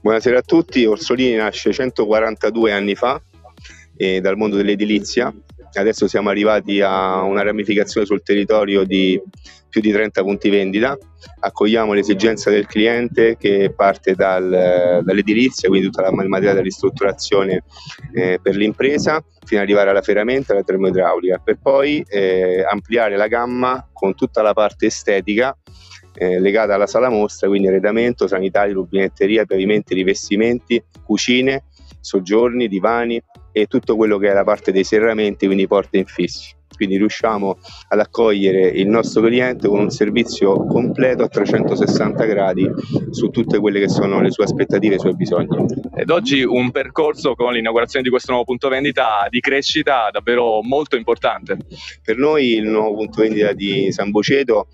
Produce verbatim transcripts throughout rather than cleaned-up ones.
Buonasera a tutti. Orsolini nasce centoquarantadue anni fa eh, dal mondo dell'edilizia. Adesso siamo arrivati a una ramificazione sul territorio di più di trenta punti vendita. Accogliamo l'esigenza del cliente che parte dal, dall'edilizia, quindi tutta la materiale di ristrutturazione eh, per l'impresa, fino ad arrivare alla ferramenta e alla termoidraulica, per poi eh, ampliare la gamma con tutta la parte estetica Eh, legata alla sala mostra, quindi arredamento, sanitari, rubinetteria, pavimenti, rivestimenti, cucine, soggiorni, divani e tutto quello che è la parte dei serramenti, quindi porte infissi. Quindi riusciamo ad accogliere il nostro cliente con un servizio completo a trecentosessanta gradi su tutte quelle che sono le sue aspettative e i suoi bisogni. Ed oggi un percorso con l'inaugurazione di questo nuovo punto vendita di crescita davvero molto importante. Per noi il nuovo punto vendita di San Boceto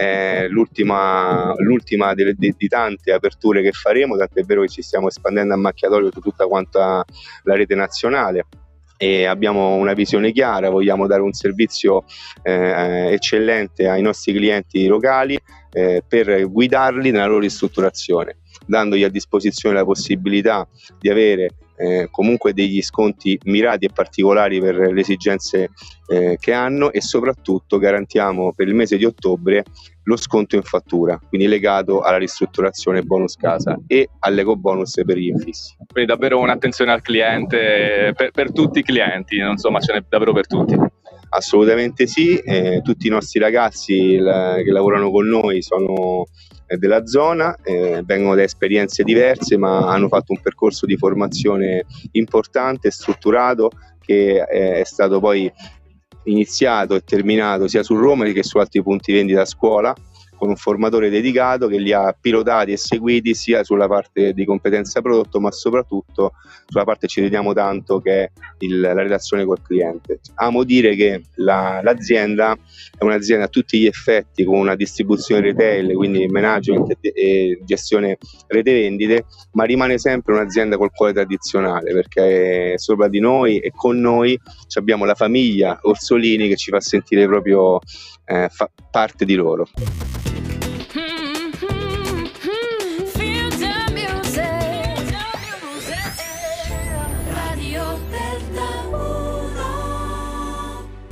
è l'ultima, l'ultima delle, di, di tante aperture che faremo, tant'è vero che ci stiamo espandendo a macchiatoio su tutta quanta la rete nazionale. E abbiamo una visione chiara, vogliamo dare un servizio eh, eccellente ai nostri clienti locali eh, per guidarli nella loro ristrutturazione, dandogli a disposizione la possibilità di avere eh, comunque degli sconti mirati e particolari per le esigenze eh, che hanno, e soprattutto garantiamo per il mese di ottobre lo sconto in fattura, quindi legato alla ristrutturazione bonus casa e all'eco bonus per gli infissi. Quindi davvero un'attenzione al cliente per, per tutti i clienti, insomma ce n'è davvero per tutti. Assolutamente sì, eh, tutti i nostri ragazzi la, che lavorano con noi sono eh, della zona, eh, vengono da esperienze diverse, ma hanno fatto un percorso di formazione importante, strutturato, che eh, è stato poi iniziato e terminato sia su Roma che su altri punti vendita a scuola, con un formatore dedicato che li ha pilotati e seguiti sia sulla parte di competenza prodotto, ma soprattutto sulla parte ci teniamo tanto, che è il, la relazione col cliente. Amo dire che la, l'azienda è un'azienda a tutti gli effetti con una distribuzione retail, quindi management e gestione rete vendite, ma rimane sempre un'azienda col cuore tradizionale, perché sopra di noi e con noi abbiamo la famiglia Orsolini che ci fa sentire proprio eh, fa parte di loro.